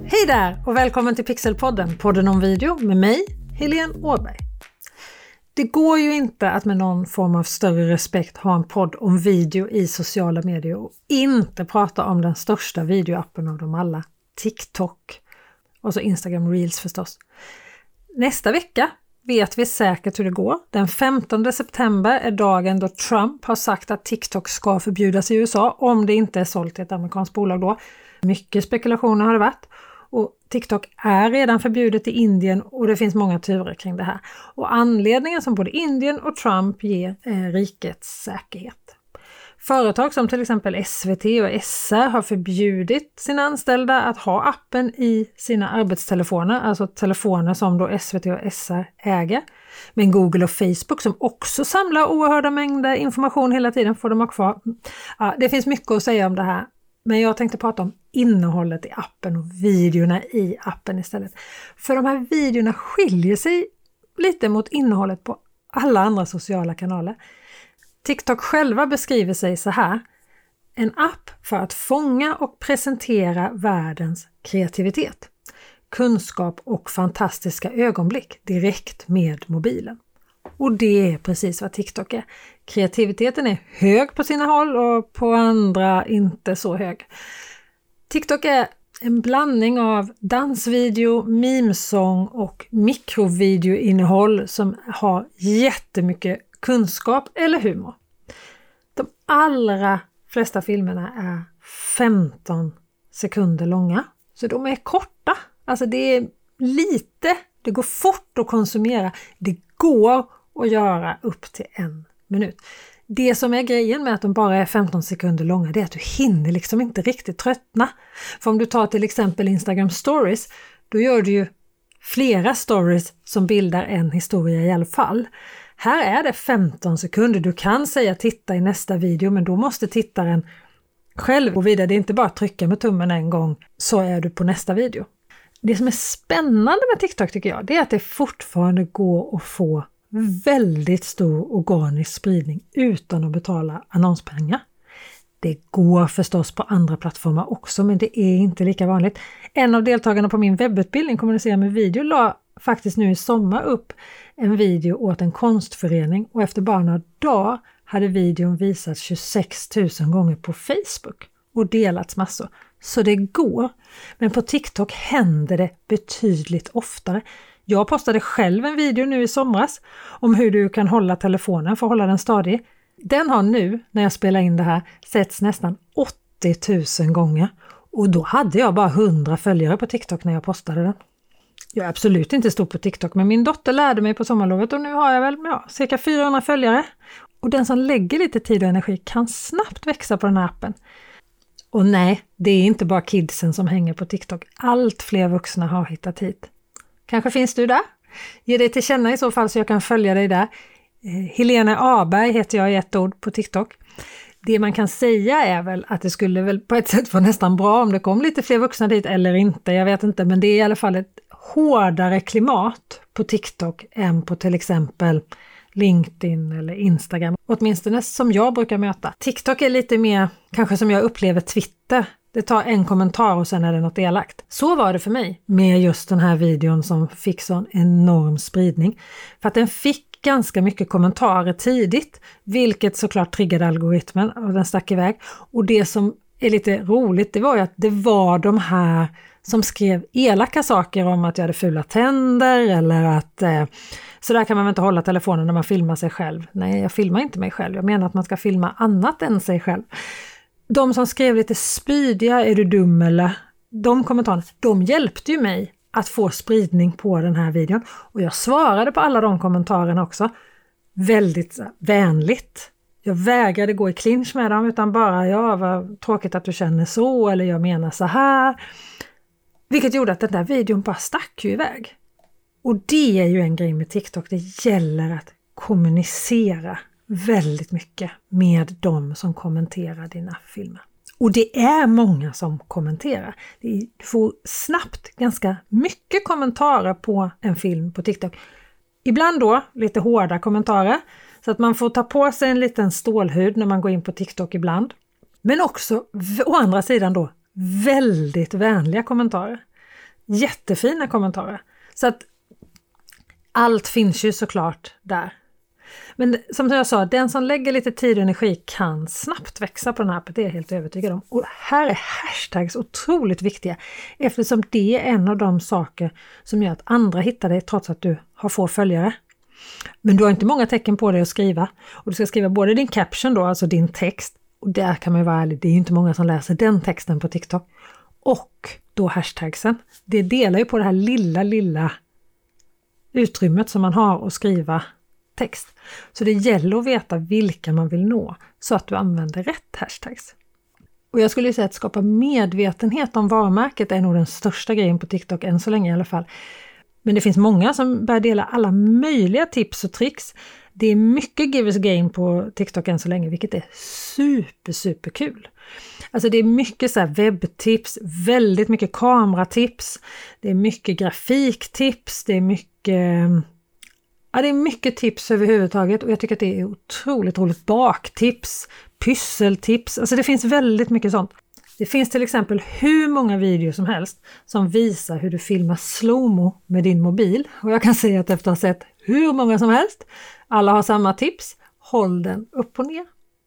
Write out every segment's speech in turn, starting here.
Hej där och välkommen till Pixelpodden, podden om video med mig, Helene Åberg. Det går ju inte att med någon form av större respekt ha en podd om video i sociala medier och inte prata om den största videoappen av dem alla, TikTok. Och så Instagram Reels förstås. Nästa vecka vet vi säkert hur det går. Den 15 september är dagen då Trump har sagt att TikTok ska förbjudas i USA om det inte är sålt till ett amerikanskt bolag då. Mycket spekulationer har det varit. Och TikTok är redan förbjudet i Indien och det finns många turer kring det här. Och anledningen som både Indien och Trump ger är rikets säkerhet. Företag som till exempel SVT och SR har förbjudit sina anställda att ha appen i sina arbetstelefoner, alltså telefoner som då SVT och SR äger. Men Google och Facebook som också samlar oerhörda mängder information hela tiden får de ha kvar. Ja, det finns mycket att säga om det här. Men jag tänkte prata om innehållet i appen och videorna i appen istället. För de här videorna skiljer sig lite mot innehållet på alla andra sociala kanaler. TikTok själva beskriver sig så här. En app för att fånga och presentera världens kreativitet, kunskap och fantastiska ögonblick direkt med mobilen. Och det är precis vad TikTok är. Kreativiteten är hög på sina håll och på andra inte så hög. TikTok är en blandning av dansvideo, memesång och mikrovideoinnehåll som har jättemycket kunskap eller humor. De allra flesta filmerna är 15 sekunder långa. Så de är korta. Alltså det är lite, det går fort att konsumera. Det går att göra upp till 1 minut. Det som är grejen med att de bara är 15 sekunder långa, det är att du hinner liksom inte riktigt tröttna. För om du tar till exempel Instagram Stories, då gör du ju flera stories som bildar en historia i alla fall. Här är det 15 sekunder. Du kan säga titta i nästa video, men då måste tittaren själv gå vidare. Det är inte bara att trycka med tummen en gång så är du på nästa video. Det som är spännande med TikTok tycker jag, det är att det fortfarande går att få väldigt stor organisk spridning utan att betala annonspengar. Det går förstås på andra plattformar också, men det är inte lika vanligt. En av deltagarna på min webbutbildning Kommunicera med video la faktiskt nu i sommar upp en video åt en konstförening och efter bara några dagar hade videon visats 26 000 gånger på Facebook och delats massor. Så det går. Men på TikTok händer det betydligt oftare. Jag postade själv en video nu i somras om hur du kan hålla telefonen för att hålla den stadig. Den har nu, när jag spelar in det här, setts nästan 80 000 gånger. Och då hade jag bara 100 följare på TikTok när jag postade den. Jag är absolut inte stor på TikTok, men min dotter lärde mig på sommarlovet och nu har jag väl cirka 400 följare. Och den som lägger lite tid och energi kan snabbt växa på den här appen. Och nej, det är inte bara kidsen som hänger på TikTok. Allt fler vuxna har hittat hit. Kanske finns du där? Ge dig till känna i så fall så jag kan följa dig där. Helene Åberg heter jag i ett ord på TikTok. Det man kan säga är väl att det skulle väl på ett sätt vara nästan bra om det kom lite fler vuxna dit eller inte. Jag vet inte, men det är i alla fall ett hårdare klimat på TikTok än på till exempel LinkedIn eller Instagram. Åtminstone som jag brukar möta. TikTok är lite mer kanske som jag upplever Twitter. Det tar en kommentar och sen är det något elakt. Så var det för mig med just den här videon som fick sån enorm spridning. För att den fick ganska mycket kommentarer tidigt, vilket såklart triggade algoritmen och den stack iväg. Och det som är lite roligt, det var ju att det var de här som skrev elaka saker om att jag hade fula tänder eller att så där kan man väl inte hålla telefonen när man filmar sig själv. Nej, jag filmar inte mig själv. Jag menar att man ska filma annat än sig själv. De som skrev lite spydiga, är du dum eller? De kommentarerna, de hjälpte ju mig att få spridning på den här videon. Och jag svarade på alla de kommentarerna också. Väldigt vänligt. Jag vägrade gå i clinch med dem utan bara, vad tråkigt att du känner så eller jag menar så här. Vilket gjorde att den där videon bara stack ju iväg. Och det är ju en grej med TikTok. Det gäller att kommunicera väldigt mycket med de som kommenterar dina filmer. Och det är många som kommenterar. Du får snabbt ganska mycket kommentarer på en film på TikTok. Ibland då lite hårda kommentarer. Så att man får ta på sig en liten stålhud när man går in på TikTok ibland. Men också å andra sidan då väldigt vänliga kommentarer. jättefina kommentarer. Så att allt finns ju såklart där. Men som jag sa, den som lägger lite tid och energi kan snabbt växa på den här appen, det är jag helt övertygad om. Och här är hashtags otroligt viktiga, eftersom det är en av de saker som gör att andra hittar dig trots att du har få följare. Men du har inte många tecken på dig att skriva. Och du ska skriva både din caption då, alltså din text. Och där kan man ju vara ärlig, det är ju inte många som läser den texten på TikTok. Och då hashtagsen. Det delar ju på det här lilla utrymmet som man har att skriva text. Så det gäller att veta vilka man vill nå så att du använder rätt hashtags. Och jag skulle säga att skapa medvetenhet om varumärket är nog den största grejen på TikTok än så länge i alla fall. Men det finns många som börjar dela alla möjliga tips och tricks. Det är mycket give us gain på TikTok än så länge, vilket är super kul. Alltså det är mycket så här webbtips, väldigt mycket kameratips, det är mycket grafiktips, det är mycket tips överhuvudtaget och jag tycker att det är otroligt roligt. Baktips, pysseltips, alltså det finns väldigt mycket sånt. Det finns till exempel hur många videor som helst som visar hur du filmar slowmo med din mobil. Och jag kan säga att efter att ha sett hur många som helst, alla har samma tips, håll den upp och ner.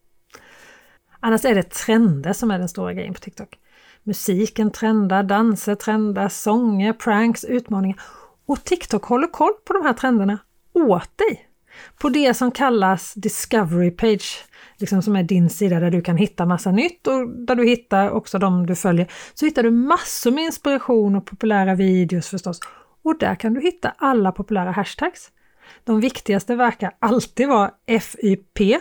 Annars är det trender som är den stora grejen på TikTok. Musiken trendar, danser trendar, sånger, pranks, utmaningar. Och TikTok håller koll på de här trenderna åt dig. På det som kallas Discovery Page, liksom som är din sida där du kan hitta massa nytt och där du hittar också de du följer. Så hittar du massor med inspiration och populära videos förstås. Och där kan du hitta alla populära hashtags. De viktigaste verkar alltid vara FYP,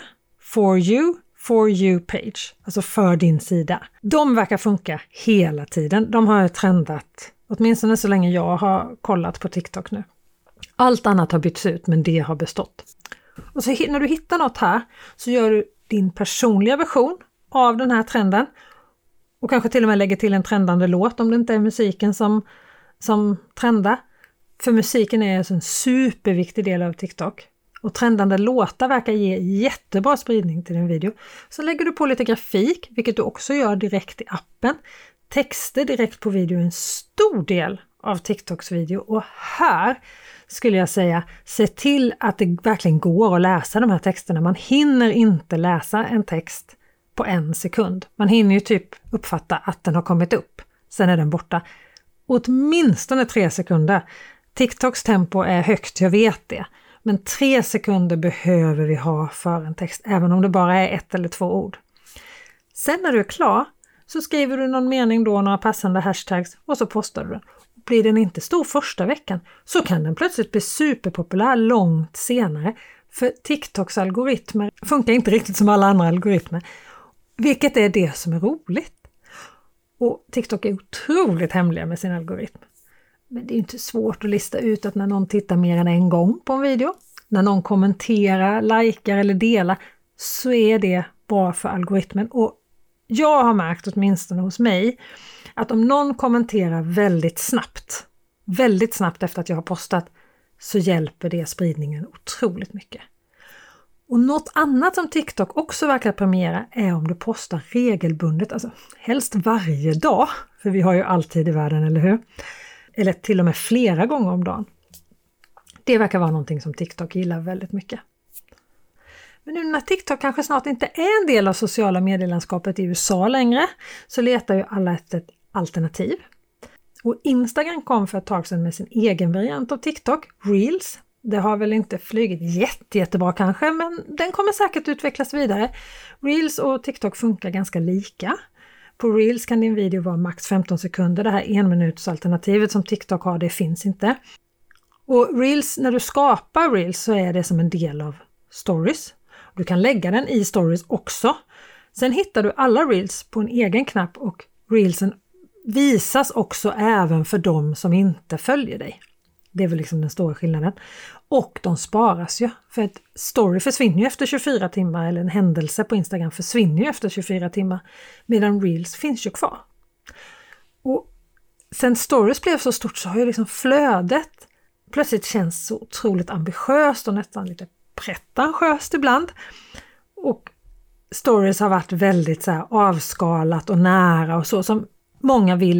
for you page, alltså för din sida. De verkar funka hela tiden. De har trendat, åtminstone så länge jag har kollat på TikTok nu. Allt annat har bytts ut, men det har bestått. Och så när du hittar något här så gör du din personliga version av den här trenden och kanske till och med lägger till en trendande låt om det inte är musiken som trendar. För musiken är alltså en superviktig del av TikTok. Och trendande låtar verkar ge jättebra spridning till din video. Så lägger du på lite grafik, vilket du också gör direkt i appen. Texter direkt på video är en stor del av TikToks video. Och här skulle jag säga, se till att det verkligen går att läsa de här texterna. Man hinner inte läsa en text på 1 sekund. Man hinner ju typ uppfatta att den har kommit upp. Sen är den borta. Åtminstone 3 sekunder. TikToks tempo är högt, jag vet det. Men 3 sekunder behöver vi ha för en text, även om det bara är 1 eller 2 ord. Sen när du är klar så skriver du någon mening då, några passande hashtags och så postar du den. Blir den inte stor första veckan så kan den plötsligt bli superpopulär långt senare. För TikToks algoritmer funkar inte riktigt som alla andra algoritmer. Vilket är det som är roligt. Och TikTok är otroligt hemliga med sin algoritm. Men det är inte svårt att lista ut att när någon tittar mer än en gång på en video, när någon kommenterar, likar eller delar, så är det bra för algoritmen. Och jag har märkt åtminstone hos mig att om någon kommenterar väldigt snabbt efter att jag har postat, så hjälper det spridningen otroligt mycket. Och något annat som TikTok också verkar premiera är om du postar regelbundet, alltså helst varje dag, för vi har ju alltid i världen, eller hur? Eller till och med flera gånger om dagen. Det verkar vara någonting som TikTok gillar väldigt mycket. Men nu när TikTok kanske snart inte är en del av sociala medielandskapet i USA längre, så letar ju alla efter ett alternativ. Och Instagram kom för ett tag sedan med sin egen variant av TikTok, Reels. Det har väl inte flugit jättebra kanske, men den kommer säkert utvecklas vidare. Reels och TikTok funkar ganska lika. På Reels kan din video vara max 15 sekunder. Det här 1-minutsalternativet som TikTok har, det finns inte. Och Reels, när du skapar Reels så är det som en del av Stories. Du kan lägga den i Stories också. Sen hittar du alla Reels på en egen knapp och Reelsen visas också även för de som inte följer dig. Det är väl liksom den stora skillnaden. Och de sparas ju. För ett story försvinner ju efter 24 timmar. Eller en händelse på Instagram försvinner ju efter 24 timmar. Medan Reels finns ju kvar. Och sen stories blev så stort så har ju liksom flödet plötsligt känns så otroligt ambitiöst och nästan lite pretentiöst ibland. Och stories har varit väldigt så här avskalat och nära och så som många vill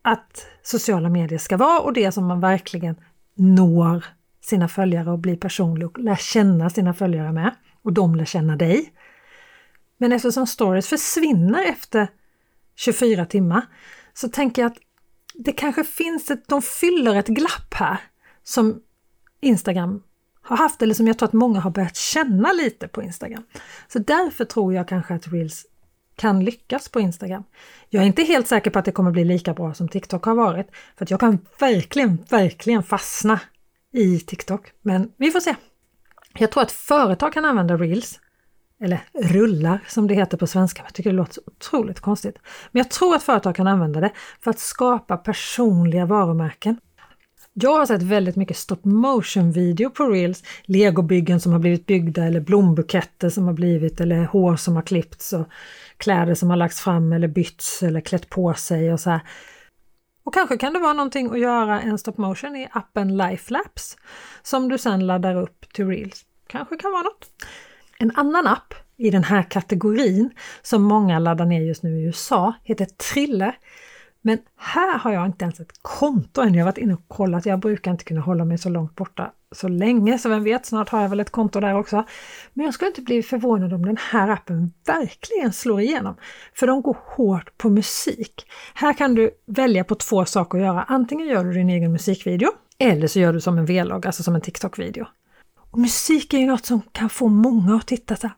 att sociala medier ska vara och det som man verkligen når sina följare och blir personlig och lär känna sina följare med och de lär känna dig. Men eftersom stories försvinner efter 24 timmar så tänker jag att det kanske finns de fyller ett glapp här som Instagram har haft eller som jag tror att många har börjat känna lite på Instagram. Så därför tror jag kanske att Reels kan lyckas på Instagram. Jag är inte helt säker på att det kommer bli lika bra som TikTok har varit för att jag kan verkligen fastna i TikTok. Men vi får se. Jag tror att företag kan använda Reels eller rullar som det heter på svenska. Jag tycker det låter så otroligt konstigt. Men jag tror att företag kan använda det för att skapa personliga varumärken. Jag har sett väldigt mycket stop motion video på Reels. Legobyggen som har blivit byggda eller blombuketter som har blivit eller hår som har klippts och kläder som har lagts fram eller bytts eller klätt på sig och så här. Och kanske kan det vara någonting att göra en stop motion i appen Lifelapse som du sedan laddar upp till Reels. Kanske kan vara något. En annan app i den här kategorin som många laddar ner just nu i USA heter Triller. Men här har jag inte ens ett konto än. Jag har varit inne och kollat. Jag brukar inte kunna hålla mig så långt borta så länge. Så vem vet, snart har jag väl ett konto där också. Men jag skulle inte bli förvånad om den här appen verkligen slår igenom. För de går hårt på musik. Här kan du välja på 2 saker att göra. Antingen gör du din egen musikvideo. Eller så gör du som en vlogg, alltså som en TikTok-video. Och musik är ju något som kan få många att titta så här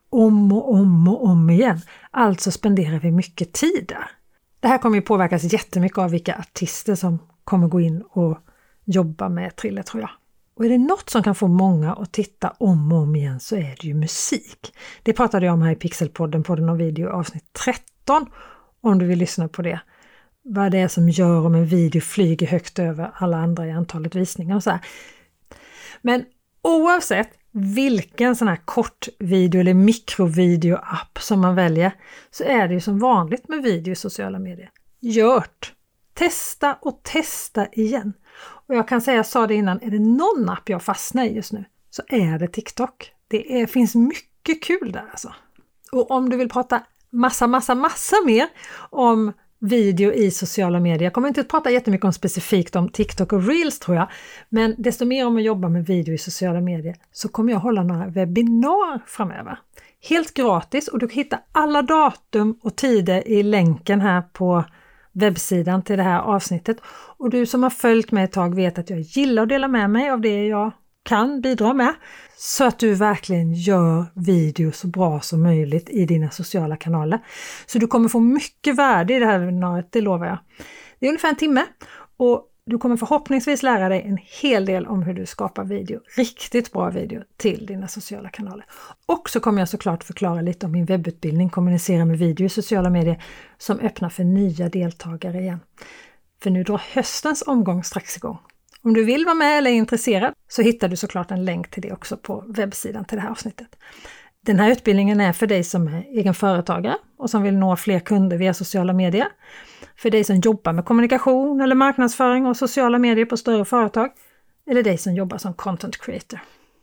om igen. Alltså spenderar vi mycket tid där. Det här kommer ju påverkas jättemycket av vilka artister som kommer gå in och jobba med Triller tror jag. Och är det något som kan få många att titta om och om igen så är det ju musik. Det pratade jag om här i Pixelpodden, podden om video avsnitt 13 om du vill lyssna på det. Vad det är som gör om en video flyger högt över alla andra i antalet visningar och så här. Men oavsett vilken sån här kortvideo eller mikrovideo-app som man väljer så är det ju som vanligt med video i sociala medier. Gjort! Testa och testa igen. Och jag kan säga, jag sa det innan, är det någon app jag fastnar i just nu så är det TikTok. Det finns mycket kul där alltså. Och om du vill prata massa mer om video i sociala medier. Jag kommer inte att prata jättemycket om specifikt om TikTok och Reels tror jag. Men desto mer om att jobba med video i sociala medier så kommer jag hålla några webbinar framöver. Helt gratis och du kan hitta alla datum och tider i länken här på webbsidan till det här avsnittet. Och du som har följt mig ett tag vet att jag gillar att dela med mig av det jag kan bidra med. Så att du verkligen gör video så bra som möjligt i dina sociala kanaler. Så du kommer få mycket värde i det här webbinariet, det lovar jag. Det är ungefär en timme och du kommer förhoppningsvis lära dig en hel del om hur du skapar video, riktigt bra video till dina sociala kanaler. Och så kommer jag såklart förklara lite om min webbutbildning Kommunicera med video i sociala medier som öppnar för nya deltagare igen. För nu drar höstens omgång strax igång. Om du vill vara med eller är intresserad så hittar du såklart en länk till det också på webbsidan till det här avsnittet. Den här utbildningen är för dig som är egen företagare och som vill nå fler kunder via sociala medier. För dig som jobbar med kommunikation eller marknadsföring och sociala medier på större företag. Eller dig som jobbar som content creator.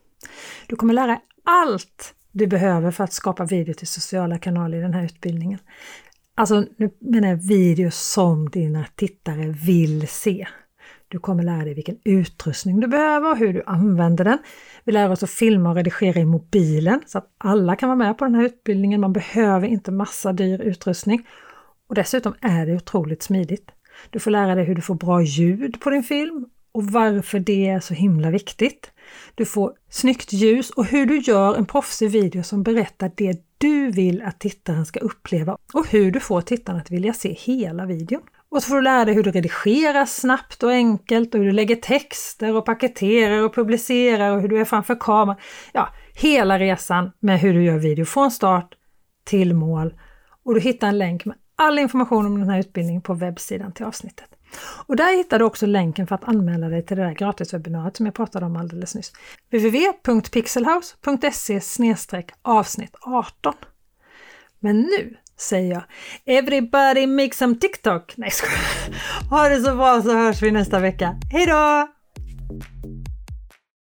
Du kommer lära dig allt du behöver för att skapa video till sociala kanaler i den här utbildningen. Alltså nu menar jag video som dina tittare vill se. Du kommer lära dig vilken utrustning du behöver och hur du använder den. Vi lär oss att filma och redigera i mobilen så att alla kan vara med på den här utbildningen. Man behöver inte massa dyr utrustning. Och dessutom är det otroligt smidigt. Du får lära dig hur du får bra ljud på din film och varför det är så himla viktigt. Du får snyggt ljus och hur du gör en proffsig video som berättar det du vill att tittaren ska uppleva och hur du får tittaren att vilja se hela videon. Och så får du lära dig hur du redigerar snabbt och enkelt och hur du lägger texter och paketerar och publicerar och hur du är framför kameran. Ja, hela resan med hur du gör video från start till mål. Och du hittar en länk med all information om den här utbildningen på webbsidan till avsnittet. Och där hittar du också länken för att anmäla dig till det där gratiswebbinariet som jag pratade om alldeles nyss. www.pixelhouse.se/avsnitt 18. Men nu säger jag, everybody make some TikTok. Nej, ha det så bra så hörs vi nästa vecka. Hej då!